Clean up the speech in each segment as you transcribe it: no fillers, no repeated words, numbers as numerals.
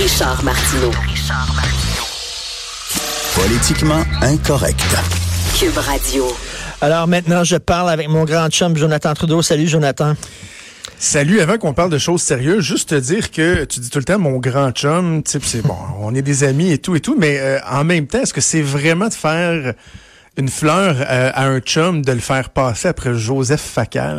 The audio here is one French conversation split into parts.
Richard Martineau. Politiquement incorrect. Cube Radio. Alors maintenant, je parle avec mon grand chum Jonathan Trudeau. Salut Jonathan. Salut, avant qu'on parle de choses sérieuses, juste te dire que tu dis tout le temps mon grand chum, tu sais, c'est bon, on est des amis et tout, mais en même temps, est-ce que c'est vraiment de faire une fleur à un chum de le faire passer après Joseph Facal?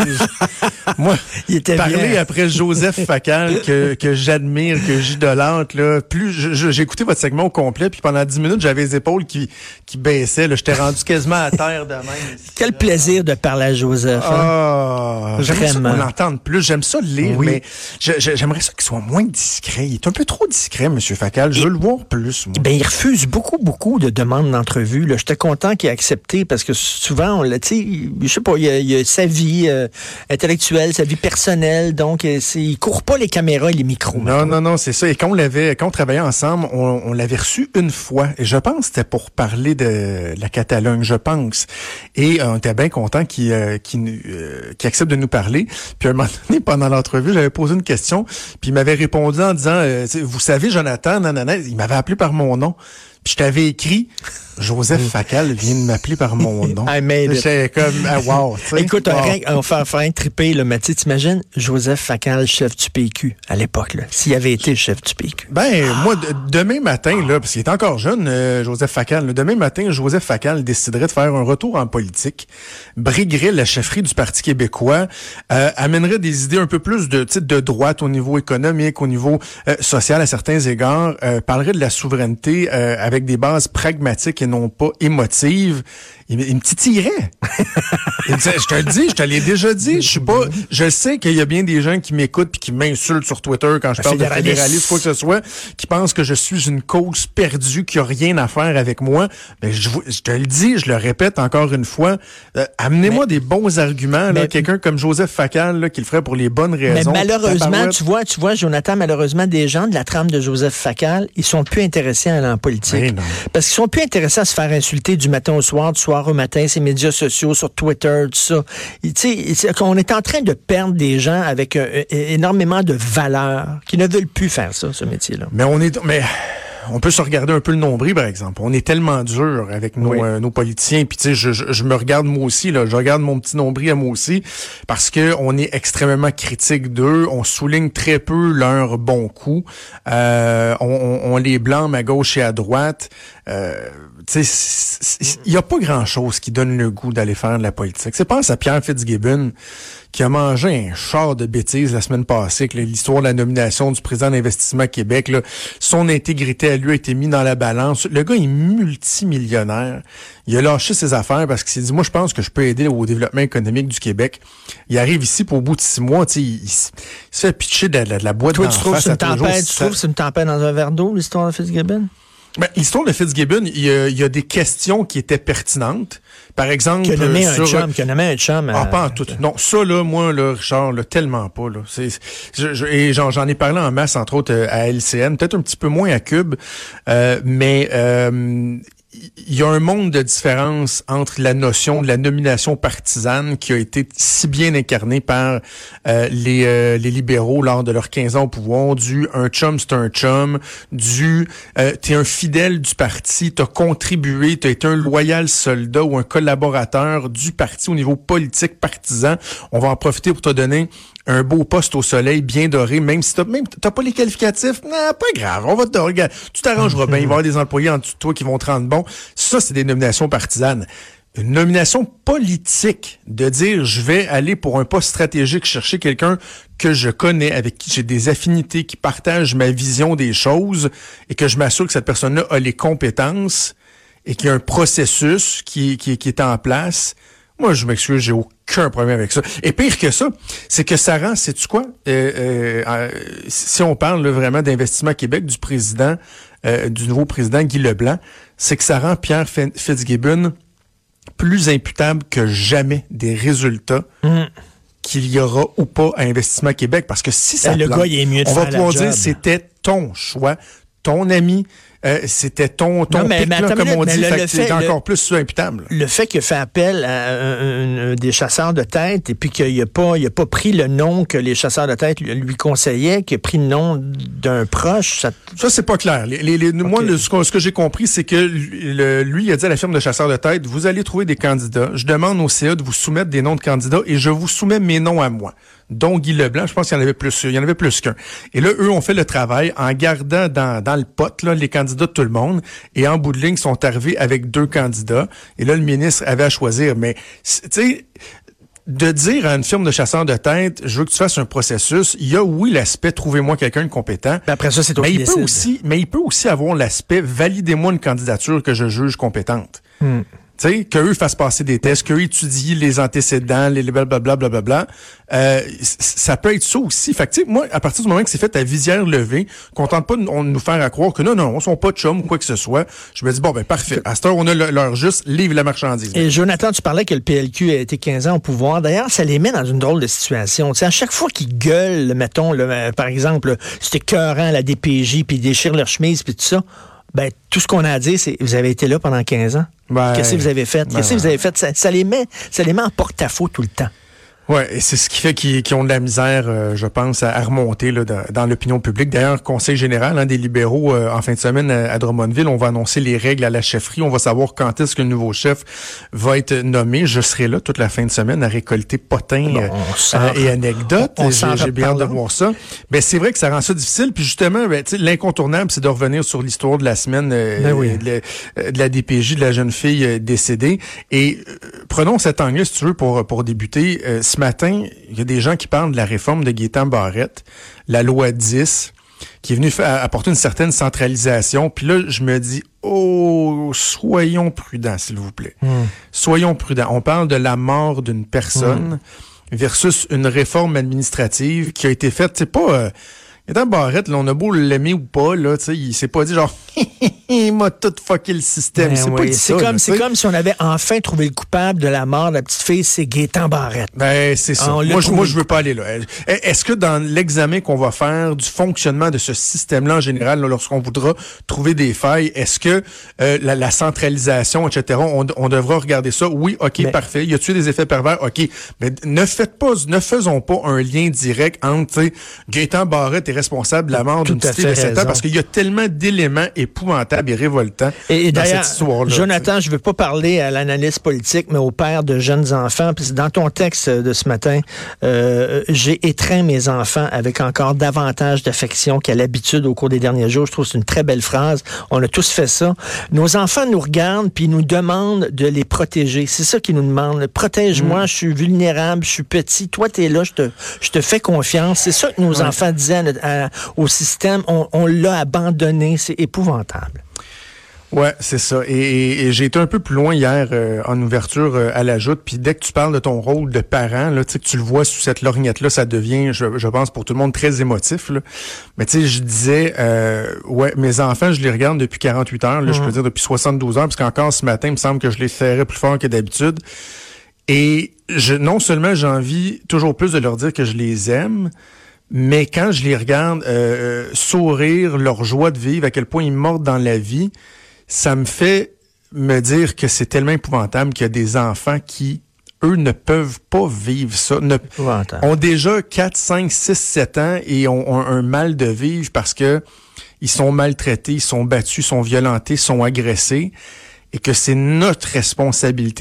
Moi, parler après Joseph Facal que j'admire, que j'idolâtre, là, plus j'ai écouté votre segment au complet, puis pendant 10 minutes, j'avais les épaules qui baissaient, là, j'étais rendu quasiment à terre de même. Ici, quel plaisir de parler à Joseph. J'aimerais ça qu'on l'entende plus, j'aime ça le lire, mais j'aimerais ça qu'il soit moins discret. Il est un peu trop discret, M. Facal, je veux le voir plus, moi. Ben, il refuse beaucoup de demandes d'entrevue, là. J'étais content qu'il ait accepté, parce que souvent, on l'a, tu sais, je sais pas, il y a sa vie intellectuelle, sa vie personnelle, donc il court pas les caméras et les micros. Non, c'est ça. Et quand on travaillait ensemble, on l'avait reçu une fois, et je pense que c'était pour parler de la Catalogne, je pense. Et on était bien content qu'il accepte de nous parler. Puis à un moment donné, pendant l'entrevue, j'avais posé une question, puis il m'avait répondu en disant, vous savez, Jonathan, nanana, il m'avait appelé par mon nom. Puis je t'avais écrit, Joseph Facal vient de m'appeler par mon nom. J'étais comme, wow. T'sais. Écoute, on va faire un triper, là, mais tu t'imagines Joseph Facal, chef du PQ, à l'époque, là, s'il avait été le chef du PQ. Moi, demain matin, là, parce qu'il est encore jeune, Joseph Facal, là, demain matin, Joseph Facal déciderait de faire un retour en politique, briguerait la chefferie du Parti québécois, amènerait des idées un peu plus de droite au niveau économique, au niveau social à certains égards, parlerait de la souveraineté avec des bases pragmatiques et non pas émotives. Il me titillerait. Je te le dis, je te l'ai déjà dit. Je sais qu'il y a bien des gens qui m'écoutent puis qui m'insultent sur Twitter quand je parle de fédéralisme, quoi que ce soit, qui pensent que je suis une cause perdue, qui a rien à faire avec moi. Mais je te le dis, je le répète encore une fois, amenez-moi des bons arguments, là, quelqu'un comme Joseph Facal, là, qui le ferait pour les bonnes raisons. Mais malheureusement, tu vois, Jonathan, malheureusement, des gens de la trame de Joseph Facal, ils sont plus intéressés à aller en politique. Parce qu'ils sont plus intéressés à se faire insulter du matin au soir, du soir au matin, ces médias sociaux, sur Twitter, tout ça. Tu sais, on est en train de perdre des gens avec énormément de valeur qui ne veulent plus faire ça, ce métier-là. Mais on peut se regarder un peu le nombril, par exemple. On est tellement dur avec nos politiciens. Puis tu sais, je me regarde moi aussi, là. Je regarde mon petit nombril à moi aussi, parce que on est extrêmement critique d'eux. On souligne très peu leurs bons coups. On les blâme à gauche et à droite. Tu sais, il y a pas grand-chose qui donne le goût d'aller faire de la politique. C'est pense à Pierre Fitzgibbon, qui a mangé un char de bêtises la semaine passée, que l'histoire de la nomination du président d'Investissement Québec, là, son intégrité à lui a été mise dans la balance. Le gars est multimillionnaire. Il a lâché ses affaires parce qu'il s'est dit, moi, je pense que je peux aider au développement économique du Québec. Il arrive ici pour au bout de 6 mois, tu sais, il se fait pitcher de la boîte d'en face. Tu trouves que c'est une tempête dans un verre d'eau, l'histoire de Fitzgibbon? L'histoire de Fitzgibbon, il y a des questions qui étaient pertinentes. Par exemple, qui a nommé un chum. Pas en tout. Non, ça là, moi là, Richard, là, tellement pas là. J'en ai parlé en masse, entre autres à LCN, peut-être un petit peu moins à Cube, mais il y a un monde de différence entre la notion de la nomination partisane qui a été si bien incarnée par les libéraux lors de leurs 15 ans au pouvoir, un chum c'est un chum, t'es un fidèle du parti, t'as contribué, t'as été un loyal soldat ou un collaborateur du parti au niveau politique partisan. On va en profiter pour te donner un beau poste au soleil, bien doré, même si t'as pas les qualificatifs, non, pas grave, regarde, tu t'arrangeras bien, il va y avoir des employés en dessous de toi qui vont te rendre bon. Ça, c'est des nominations partisanes. Une nomination politique, de dire je vais aller pour un poste stratégique, chercher quelqu'un que je connais, avec qui j'ai des affinités, qui partage ma vision des choses, et que je m'assure que cette personne-là a les compétences, et qu'il y a un processus qui est en place. Moi, je m'excuse, j'ai aucun problème avec ça. Et pire que ça, c'est que ça rend, sais-tu quoi? Si on parle là, vraiment d'Investissement Québec, du nouveau président Guy Leblanc, c'est que ça rend Pierre Fitzgibbon plus imputable que jamais des résultats qu'il y aura ou pas à Investissement Québec. Parce que si ça plante, gars, il est mieux de on va faire pouvoir la dire job. c'était ton choix, ton ami, c'était ton pic, là, comme on dit, c'est encore plus imputable. Le fait qu'il a fait appel à des chasseurs de tête et puis qu'il n'a pas pris le nom que les chasseurs de tête lui conseillaient, qu'il a pris le nom d'un proche. Ça c'est pas clair. Moi, ce que j'ai compris, c'est que lui, il a dit à la firme de chasseurs de tête, vous allez trouver des candidats. Je demande au CA de vous soumettre des noms de candidats et je vous soumets mes noms à moi. Dont Guy Leblanc, je pense qu'il y en avait plus qu'un. Et là, eux ont fait le travail en gardant dans le pot là, les candidats de tout le monde. Et en bout de ligne, ils sont arrivés avec 2 candidats. Et là, le ministre avait à choisir. Mais, tu sais, de dire à une firme de chasseurs de tête, je veux que tu fasses un processus, il y a, oui, l'aspect, trouvez-moi quelqu'un de compétent. Mais après ça, c'est toi qui décides. Mais il peut aussi avoir l'aspect, validez-moi une candidature que je juge compétente. Tu sais, qu'eux fassent passer des tests, qu'eux étudient les antécédents, les blablabla, ça peut être ça aussi. Fait que, tu sais, moi, à partir du moment que c'est fait à visière levée, qu'on tente pas de nous faire à croire que non, on sont pas de chum ou quoi que ce soit, je me dis, bon, ben, parfait. À cette heure, on a leur juste livre la marchandise. Et Jonathan, tu parlais que le PLQ a été 15 ans au pouvoir. D'ailleurs, ça les met dans une drôle de situation. Tu sais, à chaque fois qu'ils gueulent, mettons, par exemple, c'était écœurant, la DPJ, puis ils déchirent leur chemise, puis tout ça, ben, tout ce qu'on a à dire, c'est, vous avez été là pendant 15 ans. Qu'est-ce que vous avez fait? Qu'est-ce que vous avez fait? Ça les met en porte-à-faux tout le temps. Ouais, et c'est ce qui fait qu'ils ont de la misère, je pense, à remonter là, dans l'opinion publique. D'ailleurs, Conseil général des libéraux, en fin de semaine à Drummondville, on va annoncer les règles à la chefferie. On va savoir quand est-ce que le nouveau chef va être nommé. Je serai là toute la fin de semaine à récolter potins et anecdotes. J'ai bien hâte de voir ça. Ben, c'est vrai que ça rend ça difficile. Puis justement, ben, l'incontournable, c'est de revenir sur l'histoire de la semaine de la DPJ, de la jeune fille décédée. Et prenons cet angle, si tu veux, pour débuter. Ce matin, il y a des gens qui parlent de la réforme de Gaétan Barrette, la loi 10, qui est venue apporter une certaine centralisation. Puis là, je me dis, soyons prudents, s'il vous plaît. Soyons prudents. On parle de la mort d'une personne versus une réforme administrative qui a été faite, c'est pas... Gaétan Barrette, là, on a beau l'aimer ou pas, là, tu sais, il s'est pas dit genre il m'a tout fucké le système. C'est comme si on avait enfin trouvé le coupable de la mort de la petite fille, c'est Gaétan Barrette. Ben, c'est ça. Moi, je veux pas aller là. Est-ce que dans l'examen qu'on va faire du fonctionnement de ce système-là en général, là, lorsqu'on voudra trouver des failles, est-ce que la centralisation, etc., on devra regarder ça? Oui, OK, parfait. Y a-t-il des effets pervers? OK. Mais ne faisons pas un lien direct entre, tu sais, Gaétan Barrette est responsable de la mort d'une petite fille de 7 ans parce qu'il y a tellement d'éléments épouvantables et révoltants dans cette histoire-là. Jonathan, je ne veux pas parler à l'analyste politique, mais au père de jeunes enfants. Puis dans ton texte de ce matin, j'ai étreint mes enfants avec encore davantage d'affection qu'à l'habitude au cours des derniers jours. Je trouve que c'est une très belle phrase. On a tous fait ça. Nos enfants nous regardent puis nous demandent de les protéger. C'est ça qu'ils nous demandent. Protège-moi, je suis vulnérable, je suis petit. Toi, tu es là, je te fais confiance. C'est ça que nos enfants disaient au système. On l'a abandonné. C'est épouvantable. Ouais, c'est ça. Et j'ai été un peu plus loin hier en ouverture à la joute. Puis dès que tu parles de ton rôle de parent, là, tu sais que tu le vois sous cette lorgnette-là, ça devient, je pense, pour tout le monde très émotif. Là. Mais tu sais, je disais, mes enfants, je les regarde depuis 48 heures. Là, je peux dire depuis 72 heures, parce qu'encore ce matin, il me semble que je les serrais plus fort que d'habitude. Et non seulement j'ai envie toujours plus de leur dire que je les aime, mais quand je les regarde sourire, leur joie de vivre, à quel point ils mordent dans la vie, ça me fait me dire que c'est tellement épouvantable qu'il y a des enfants qui, eux, ne peuvent pas vivre ça, ont déjà 4, 5, 6, 7 ans et ont un mal de vivre parce que ils sont maltraités, ils sont battus, sont violentés, sont agressés. Et que c'est notre responsabilité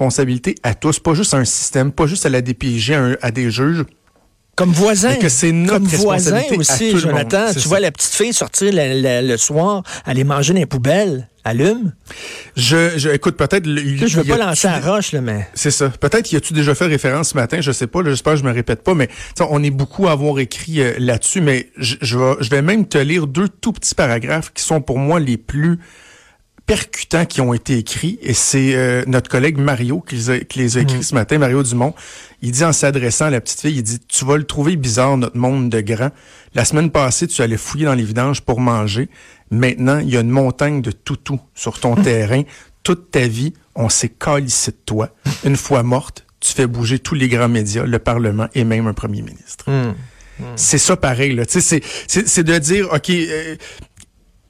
à tous, pas juste à un système, pas juste à la DPJ, à des juges. Comme voisin. Que c'est notre responsabilité aussi, à tout Jonathan. Le monde. Tu vois la petite fille sortir le soir, aller manger dans les poubelles. Allume. Écoute, peut-être... Je veux pas lancer la roche, là, mais... C'est ça. Peut-être y a-tu déjà fait référence ce matin, je sais pas, là, j'espère que je me répète pas, mais on est beaucoup à avoir écrit là-dessus, mais je vais même te lire 2 tout petits paragraphes qui sont pour moi les plus percutants qui ont été écrits, et c'est notre collègue Mario qui les a écrits ce matin, Mario Dumont. Il dit en s'adressant à la petite fille, il dit « Tu vas le trouver bizarre, notre monde de grand. La semaine passée, tu allais fouiller dans les vidanges pour manger. Maintenant, il y a une montagne de toutous sur ton terrain. Toute ta vie, on s'est calissé de toi. Une fois morte, tu fais bouger tous les grands médias, le Parlement et même un premier ministre. C'est ça pareil, là. Tu sais, c'est de dire, OK...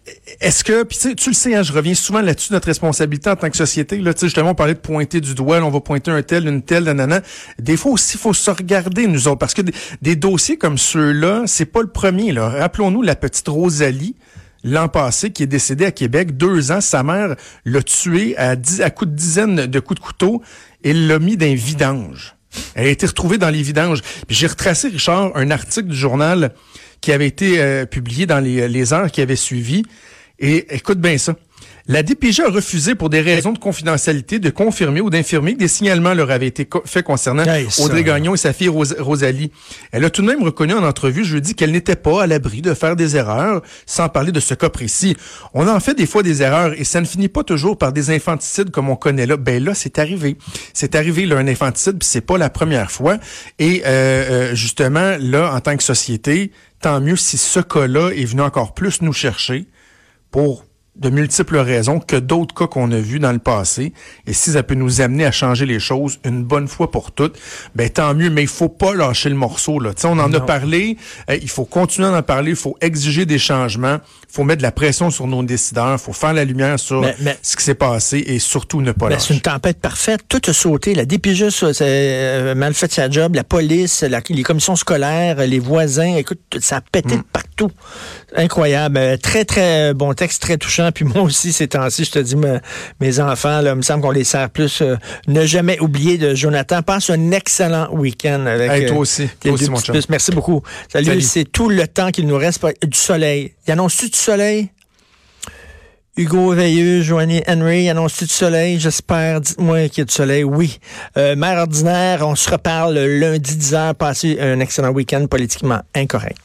est-ce que, puis tu le sais, hein, je reviens souvent là-dessus, notre responsabilité en tant que société, là, tu sais, justement, on parlait de pointer du doigt, là, on va pointer un tel, une telle, nanana. Des fois aussi, il faut se regarder, nous autres, parce que des dossiers comme ceux-là, c'est pas le premier, là. Rappelons-nous la petite Rosalie, l'an passé, qui est décédée à Québec, 2 ans, sa mère l'a tuée à coups de dizaines de coups de couteau et l'a mis dans un vidange. Elle a été retrouvée dans les vidanges. Puis j'ai retracé, Richard, un article du journal qui avait été publié dans les heures qui avaient suivi. Et écoute bien ça. La DPJ a refusé pour des raisons de confidentialité de confirmer ou d'infirmer que des signalements leur avaient été faits concernant Audrey Gagnon et sa fille Rosalie. Elle a tout de même reconnu en entrevue jeudi qu'elle n'était pas à l'abri de faire des erreurs, sans parler de ce cas précis. On en fait des fois des erreurs et ça ne finit pas toujours par des infanticides comme on connaît là. Ben là, c'est arrivé. C'est arrivé là, un infanticide, puis c'est pas la première fois. Et justement, là, en tant que société, tant mieux si ce cas-là est venu encore plus nous chercher pour de multiples raisons que d'autres cas qu'on a vus dans le passé. Et si ça peut nous amener à changer les choses une bonne fois pour toutes, ben tant mieux. Mais il faut pas lâcher le morceau, là. Tu sais, on en a parlé. Il faut continuer d'en parler. Il faut exiger des changements. Il faut mettre de la pression sur nos décideurs. Il faut faire la lumière sur ce qui s'est passé et surtout ne pas lâcher. C'est une tempête parfaite. Tout a sauté. La DPJ a mal fait sa job. La police, les commissions scolaires, les voisins. Écoute, ça a pété de partout. Incroyable. Très, très bon texte, très touchant. Puis moi aussi, ces temps-ci, je te dis, mes enfants, là, il me semble qu'on les sert plus. Ne jamais oublier de Jonathan. Passe un excellent week-end avec toi aussi mon chum. Merci beaucoup. Salut. C'est tout le temps qu'il nous reste. Du soleil. Y annonce-tu du soleil? Hugo Veilleux, Joanie Henry, annonce-tu du soleil? J'espère. Dites-moi qu'il y a du soleil. Oui. Mère ordinaire, on se reparle lundi 10h. Passez un excellent week-end politiquement incorrect.